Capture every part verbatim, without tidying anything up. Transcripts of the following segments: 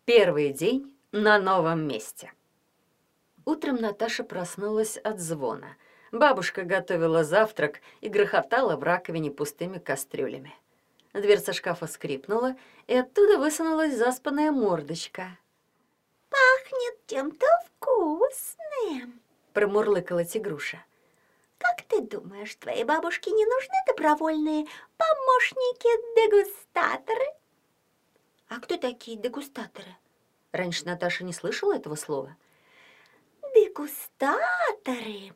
Первый день на новом месте. Утром Наташа проснулась от звона. Бабушка готовила завтрак и грохотала в раковине пустыми кастрюлями. Дверца шкафа скрипнула, и оттуда высунулась заспанная мордочка. «Пахнет чем-то вкусным», — промурлыкала тигруша. «Как ты думаешь, твоей бабушке не нужны добровольные помощники-дегустаторы?» «А кто такие дегустаторы?» Раньше Наташа не слышала этого слова. Дегустаторы?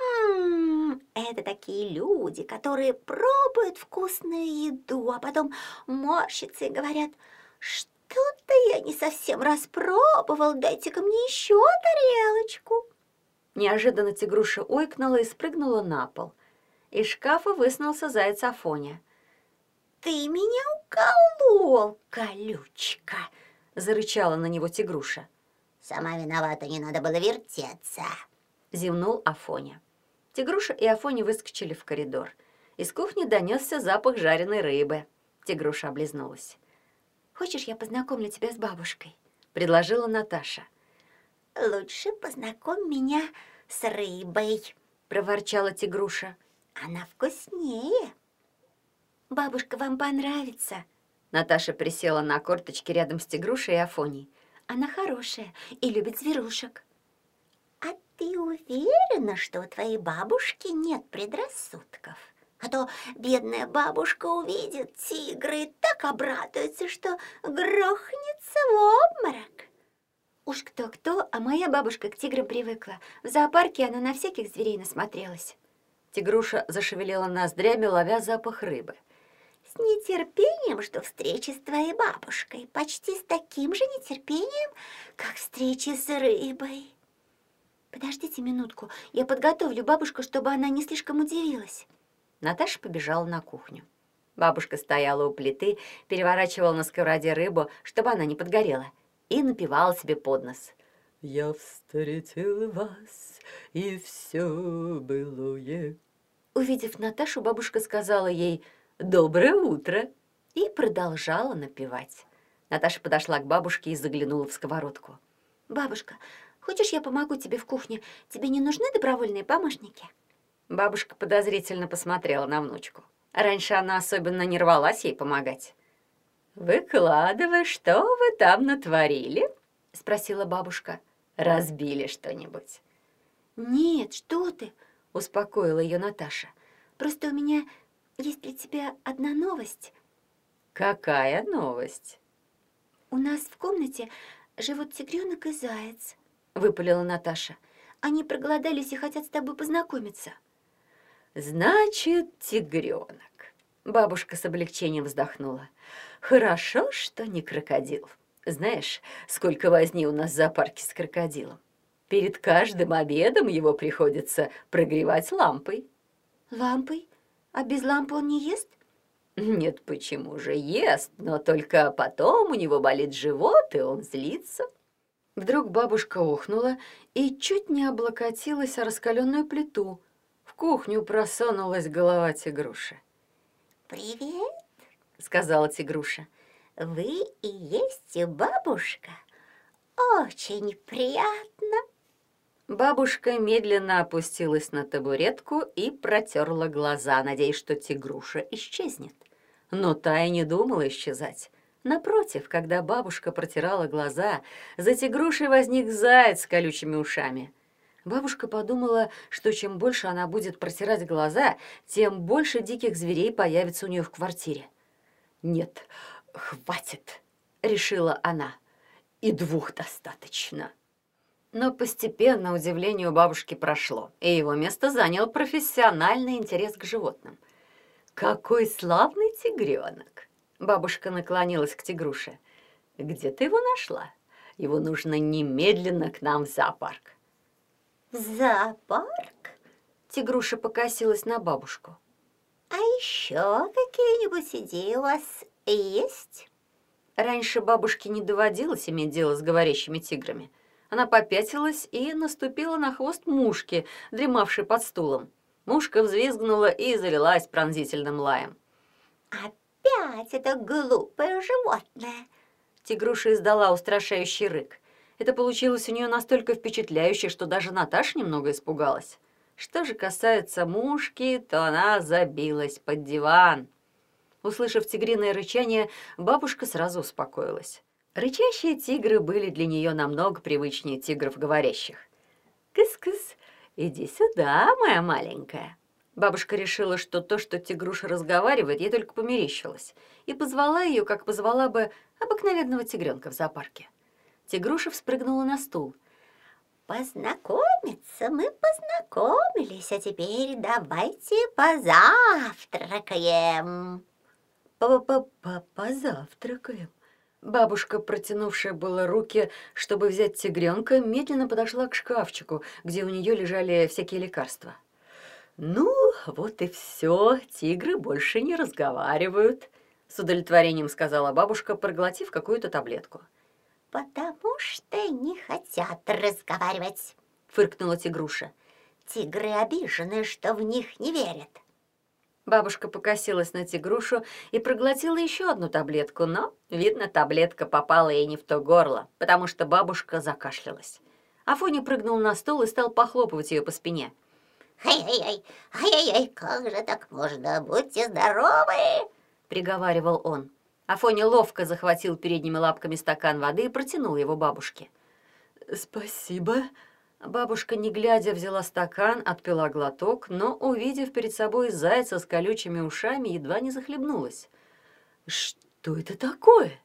М-м, это такие люди, которые пробуют вкусную еду, а потом морщатся и говорят: «Что-то я не совсем распробовал, дайте-ка мне еще тарелочку». Неожиданно тигруша ойкнула и спрыгнула на пол. Из шкафа высунулся заяц Афоня. «Ты меня уколол, колючка!» — зарычала на него тигруша. «Сама виновата, не надо было вертеться», — зевнул Афоня. Тигруша и Афоня выскочили в коридор. Из кухни донесся запах жареной рыбы. Тигруша облизнулась. «Хочешь, я познакомлю тебя с бабушкой?» — предложила Наташа. «Лучше познакомь меня с рыбой», — проворчала тигруша. «Она вкуснее». «Бабушка вам понравится». Наташа присела на корточки рядом с тигрушей и Афоней. «Она хорошая и любит зверушек». «А ты уверена, что у твоей бабушки нет предрассудков? А то бедная бабушка увидит тигра и так обрадуется, что грохнется в обморок». «Уж кто-кто, а моя бабушка к тиграм привыкла. В зоопарке она на всяких зверей насмотрелась». Тигруша зашевелила ноздрями, ловя запах рыбы. «С нетерпением жду встречи с твоей бабушкой, почти с таким же нетерпением, как встречи с рыбой». «Подождите минутку, я подготовлю бабушку, чтобы она не слишком удивилась». Наташа побежала на кухню. Бабушка стояла у плиты, переворачивала на сковороде рыбу, чтобы она не подгорела, и напевала себе под нос. «Я встретил вас, и все былое». Увидев Наташу, бабушка сказала ей «Доброе утро» и продолжала напевать. Наташа подошла к бабушке и заглянула в сковородку. «Бабушка, хочешь, я помогу тебе в кухне? Тебе не нужны добровольные помощники?» Бабушка подозрительно посмотрела на внучку. Раньше она особенно не рвалась ей помогать. «Выкладывай, что вы там натворили?» — спросила бабушка. «Разбили что-нибудь?» «Нет, что ты!» — успокоила ее Наташа. «Просто у меня есть для тебя одна новость». «Какая новость?» «У нас в комнате живут тигренок и заяц», — выпалила Наташа. «Они проголодались и хотят с тобой познакомиться». «Значит, тигренок». Бабушка с облегчением вздохнула. «Хорошо, что не крокодил. Знаешь, сколько возни у нас в зоопарке с крокодилом? Перед каждым обедом его приходится прогревать лампой». «Лампой? А без лампы он не ест?» «Нет, почему же ест, но только потом у него болит живот, и он злится». Вдруг бабушка охнула и чуть не облокотилась о раскаленную плиту. В кухню просунулась голова тигруши. «Привет», — сказала тигруша. «Вы и есть бабушка? Очень приятно». Бабушка медленно опустилась на табуретку и протерла глаза, надеясь, что тигруша исчезнет. Но та и не думала исчезать. Напротив, когда бабушка протирала глаза, за тигрушей возник заяц с колючими ушами. Бабушка подумала, что чем больше она будет протирать глаза, тем больше диких зверей появится у нее в квартире. «Нет, хватит», — решила она, — «и двух достаточно». Но постепенно удивление у бабушки прошло, и его место занял профессиональный интерес к животным. «Какой славный тигренок!» Бабушка наклонилась к тигруше. «Где ты его нашла? Его нужно немедленно к нам в зоопарк». «В зоопарк?» Тигруша покосилась на бабушку. «А еще какие-нибудь идеи у вас есть?» Раньше бабушке не доводилось иметь дело с говорящими тиграми. Она попятилась и наступила на хвост мушки, дремавшей под стулом. Мушка взвизгнула и залилась пронзительным лаем. «Опять это глупое животное!» Тигруша издала устрашающий рык. Это получилось у нее настолько впечатляюще, что даже Наташа немного испугалась. Что же касается мушки, то она забилась под диван. Услышав тигриное рычание, бабушка сразу успокоилась. Рычащие тигры были для нее намного привычнее тигров говорящих. «Кыс-кыс, иди сюда, моя маленькая». Бабушка решила, что то, что тигруша разговаривает, ей только померещилось, и позвала ее, как позвала бы обыкновенного тигренка в зоопарке. Тигруша вспрыгнула на стул. Познакомиться мы познакомились, а теперь давайте позавтракаем. «Позавтракаем». Бабушка, протянувшая было руки, чтобы взять тигренка, медленно подошла к шкафчику, где у нее лежали всякие лекарства. «Ну, вот и все, тигры больше не разговаривают», — с удовлетворением сказала бабушка, проглотив какую-то таблетку. «Потому что не хотят разговаривать», — фыркнула тигруша. «Тигры обижены, что в них не верят». Бабушка покосилась на тигрушу и проглотила еще одну таблетку, но, видно, таблетка попала ей не в то горло, потому что бабушка закашлялась. Афоня прыгнул на стул и стал похлопывать ее по спине. «Ай-яй-яй, ай-яй-яй, как же так можно? Будьте здоровы!» — приговаривал он. Афоня ловко захватил передними лапками стакан воды и протянул его бабушке. «Спасибо». Бабушка, не глядя, взяла стакан, отпила глоток, но, увидев перед собой зайца с колючими ушами, едва не захлебнулась. «Что это такое?»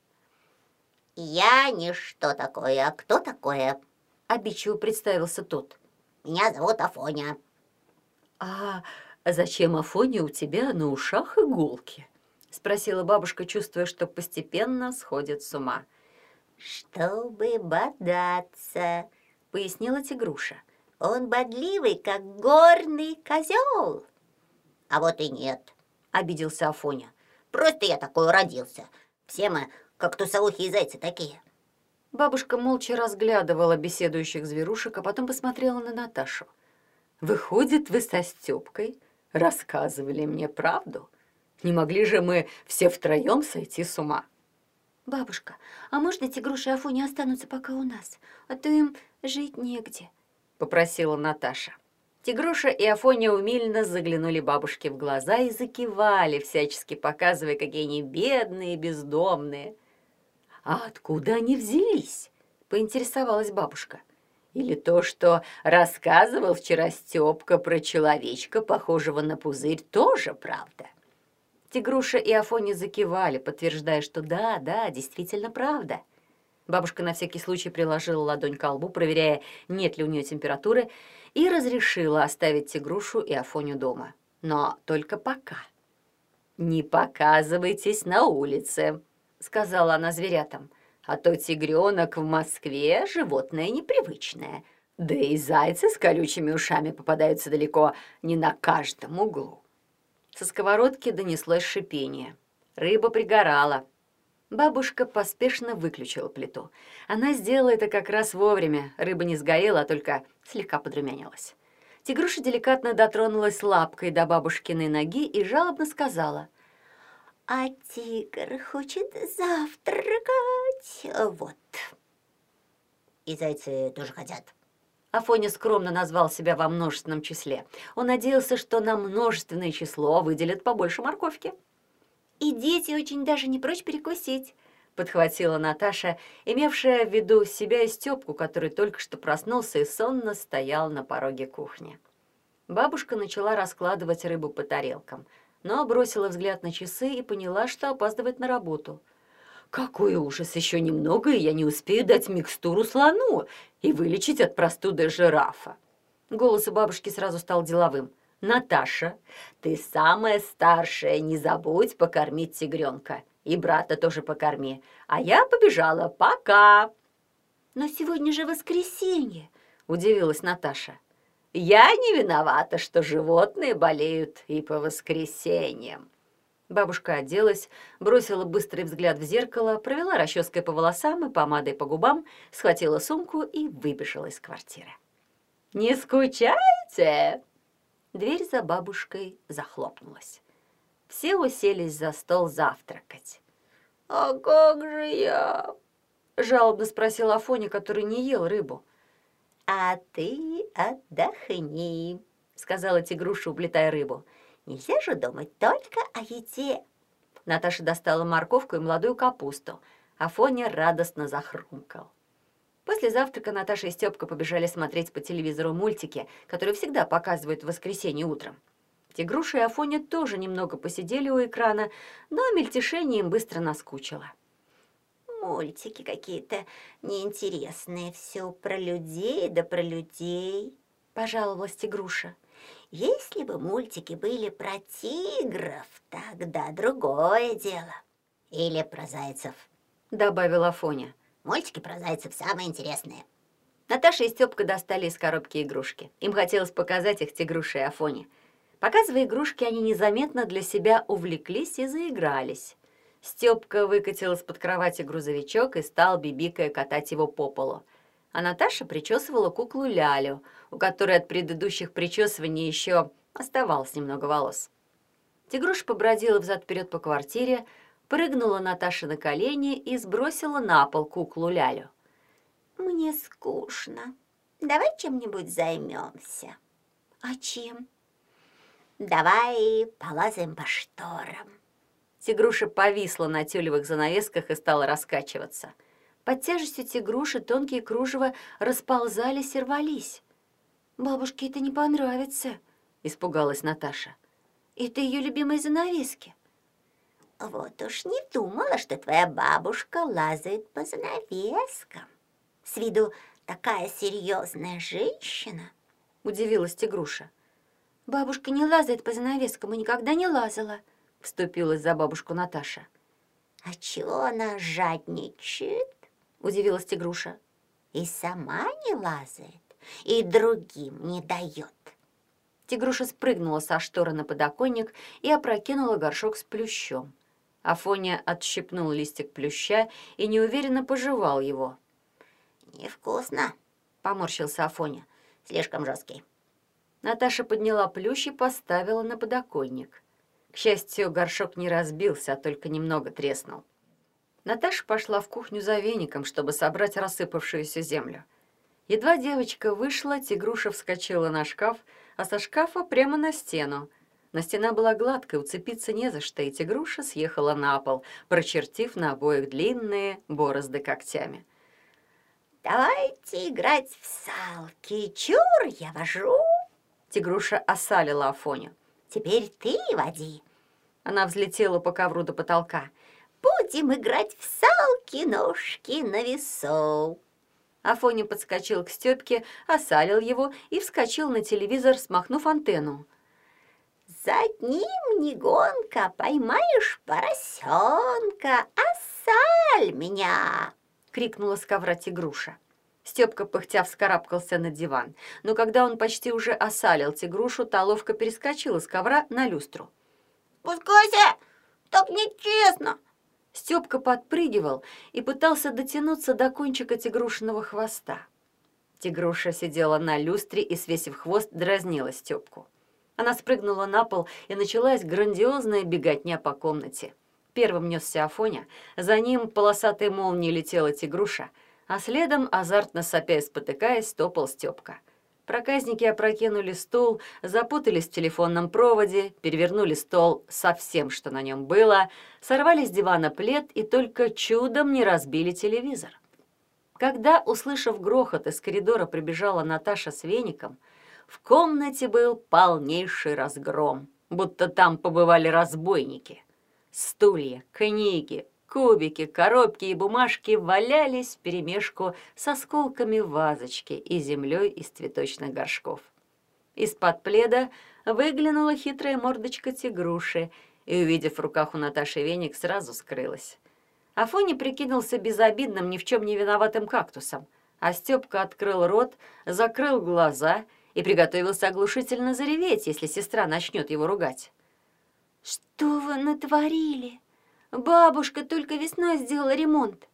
«Я не что такое, а кто такое?» — обидчиво представился тот. «Меня зовут Афоня». «А зачем, Афоня, у тебя на ушах иголки?» — спросила бабушка, чувствуя, что постепенно сходит с ума. «Чтобы бодаться», — пояснила тигруша. «Он бодливый, как горный козел». «А вот и нет», — обиделся Афоня. «Просто я такой родился. Все мы, как тусоухие зайцы, такие». Бабушка молча разглядывала беседующих зверушек, а потом посмотрела на Наташу. «Выходит, вы со Стёпкой рассказывали мне правду? Не могли же мы все втроем сойти с ума?» «Бабушка, а можно тигруша и Афоня останутся пока у нас? А то им жить негде», — попросила Наташа. Тигруша и Афоня умильно заглянули бабушке в глаза и закивали, всячески показывая, какие они бедные и бездомные. «А откуда они взялись?» — поинтересовалась бабушка. «Или то, что рассказывал вчера Стёпка про человечка, похожего на пузырь, тоже правда?» Тигруша и Афоня закивали, подтверждая, что да, да, действительно правда. Бабушка на всякий случай приложила ладонь к лбу, проверяя, нет ли у нее температуры, и разрешила оставить Тигрушу и Афоню дома. Но только пока. «Не показывайтесь на улице», — сказала она зверятам, «а то тигренок в Москве — животное непривычное, да и зайцы с колючими ушами попадаются далеко не на каждом углу». Со сковородки донеслось шипение. Рыба пригорала. Бабушка поспешно выключила плиту. Она сделала это как раз вовремя. Рыба не сгорела, а только слегка подрумянилась. Тигруша деликатно дотронулась лапкой до бабушкиной ноги и жалобно сказала: «А тигр хочет завтракать, вот». «И зайцы тоже хотят». Афоня скромно назвал себя во множественном числе. Он надеялся, что на множественное число выделят побольше морковки. «И дети очень даже не прочь перекусить», — подхватила Наташа, имевшая в виду себя и Стёпку, который только что проснулся и сонно стоял на пороге кухни. Бабушка начала раскладывать рыбу по тарелкам, но бросила взгляд на часы и поняла, что опаздывает на работу. «Какой ужас! Еще немного, и я не успею дать микстуру слону и вылечить от простуды жирафа». Голос у бабушки сразу стал деловым. «Наташа, ты самая старшая, не забудь покормить тигренка. И брата тоже покорми. А я побежала. Пока!» «Но сегодня же воскресенье», — удивилась Наташа. «Я не виновата, что животные болеют и по воскресеньям». Бабушка оделась, бросила быстрый взгляд в зеркало, провела расческой по волосам и помадой по губам, схватила сумку и выбежала из квартиры. «Не скучайте!» Дверь за бабушкой захлопнулась. Все уселись за стол завтракать. «А как же я?» — жалобно спросил Афоня, который не ел рыбу. «А ты отдохни», — сказала Тигруша, уплетая рыбу. «Нельзя же думать только о еде». Наташа достала морковку и молодую капусту. Афоня радостно захрумкал. После завтрака Наташа и Стёпка побежали смотреть по телевизору мультики, которые всегда показывают в воскресенье утром. Тигруша и Афоня тоже немного посидели у экрана, но мельтешение им быстро наскучило. «Мультики какие-то неинтересные, все про людей да про людей», — пожаловалась Тигруша. «Если бы мультики были про тигров, тогда другое дело. Или про зайцев», — добавил Афоня. «Мультики про зайцев самые интересные». Наташа и Стёпка достали из коробки игрушки. Им хотелось показать их Тигруше и Афоне. Показывая игрушки, они незаметно для себя увлеклись и заигрались. Стёпка выкатил из-под кровати грузовичок и стал, бибикая, катать его по полу. А Наташа причесывала куклу Лялю, у которой от предыдущих причесываний еще оставалось немного волос. Тигруша побродила взад-вперед по квартире, прыгнула Наташе на колени и сбросила на пол куклу Лялю. «Мне скучно. Давай чем-нибудь займемся». «А чем?» «Давай полазаем по шторам». Тигруша повисла на тюлевых занавесках и стала раскачиваться. Под тяжестью тигруши тонкие кружева расползались и рвались. «Бабушке это не понравится», — испугалась Наташа. «Это ее любимые занавески». «Вот уж не думала, что твоя бабушка лазает по занавескам. С виду такая серьезная женщина», — удивилась Тигруша. «Бабушка не лазает по занавескам и никогда не лазала», — вступилась за бабушку Наташа. «А чего она жадничает?» — удивилась Тигруша. «И сама не лазает, и другим не дает». Тигруша спрыгнула со шторы на подоконник и опрокинула горшок с плющом. Афоня отщипнул листик плюща и неуверенно пожевал его. «Невкусно», — поморщился Афоня. «Слишком жесткий». Наташа подняла плющ и поставила на подоконник. К счастью, горшок не разбился, а только немного треснул. Наташа пошла в кухню за веником, чтобы собрать рассыпавшуюся землю. Едва девочка вышла, Тигруша вскочила на шкаф, а со шкафа прямо на стену. Но стена была гладкой, уцепиться не за что, и Тигруша съехала на пол, прочертив на обоих длинные борозды когтями. «Давайте играть в салки. Чур, я вожу». Тигруша осалила Афоню. «Теперь ты води». Она взлетела по ковру до потолка. «Будем играть в салки, ножки на весу». Афоня подскочил к Стёпке, осалил его и вскочил на телевизор, смахнув антенну. «За ним не гонка, поймаешь поросенка, осаль меня!» — крикнула с ковра Тигруша. Стёпка, пыхтя, вскарабкался на диван, но когда он почти уже осалил Тигрушу, та ловко перескочила с ковра на люстру. «Спускайся! Так нечестно!» Стёпка подпрыгивал и пытался дотянуться до кончика тигрушиного хвоста. Тигруша сидела на люстре и, свесив хвост, дразнила Стёпку. Она спрыгнула на пол, и началась грандиозная беготня по комнате. Первым нёсся Афоня, за ним полосатой молнией летела Тигруша, а следом, азартно сопя и спотыкаясь, топал Стёпка. Проказники опрокинули стул, запутались в телефонном проводе, перевернули стол со всем, что на нем было, сорвали с дивана плед и только чудом не разбили телевизор. Когда, услышав грохот, из коридора прибежала Наташа с веником, в комнате был полнейший разгром, будто там побывали разбойники. Стулья, книги, кубики, коробки и бумажки валялись вперемешку с осколками вазочки и землей из цветочных горшков. Из-под пледа выглянула хитрая мордочка Тигруши и, увидев в руках у Наташи веник, сразу скрылась. Афоня прикинулся безобидным, ни в чем не виноватым кактусом, а Стёпка открыл рот, закрыл глаза и приготовился оглушительно зареветь, если сестра начнет его ругать. «Что вы натворили? Бабушка только весной сделала ремонт».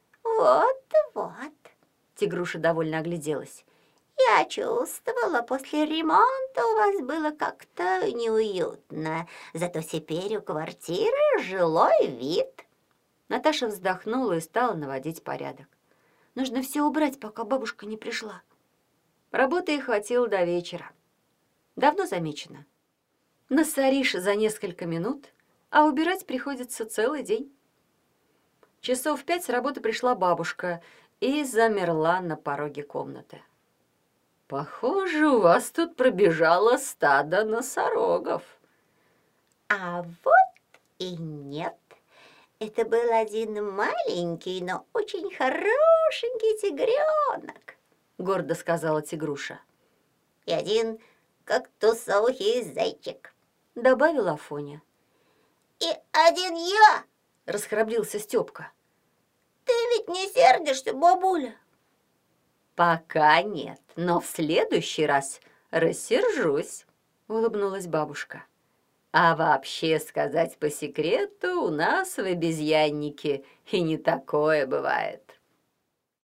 «Вот-вот», Тигруша довольно огляделась. «Я чувствовала, после ремонта у вас было как-то неуютно, зато теперь у квартиры жилой вид». Наташа вздохнула и стала наводить порядок. Нужно все убрать, пока бабушка не пришла. Работы ей хватило до вечера. Давно замечено. Насоришь за несколько минут, а убирать приходится целый день. Часов в пять с работы пришла бабушка и замерла на пороге комнаты. «Похоже, у вас тут пробежало стадо носорогов». А вот и нет. Это был один маленький, но очень хорошенький тигренок. Гордо сказала Тигруша. И один кактусоухий зайчик. Добавила Афоня. И один я. Расхрабрился Степка. Ты ведь не сердишься, бабуля? Пока нет, но в следующий раз рассержусь, улыбнулась бабушка. А вообще, сказать по секрету, у нас в обезьяннике и не такое бывает.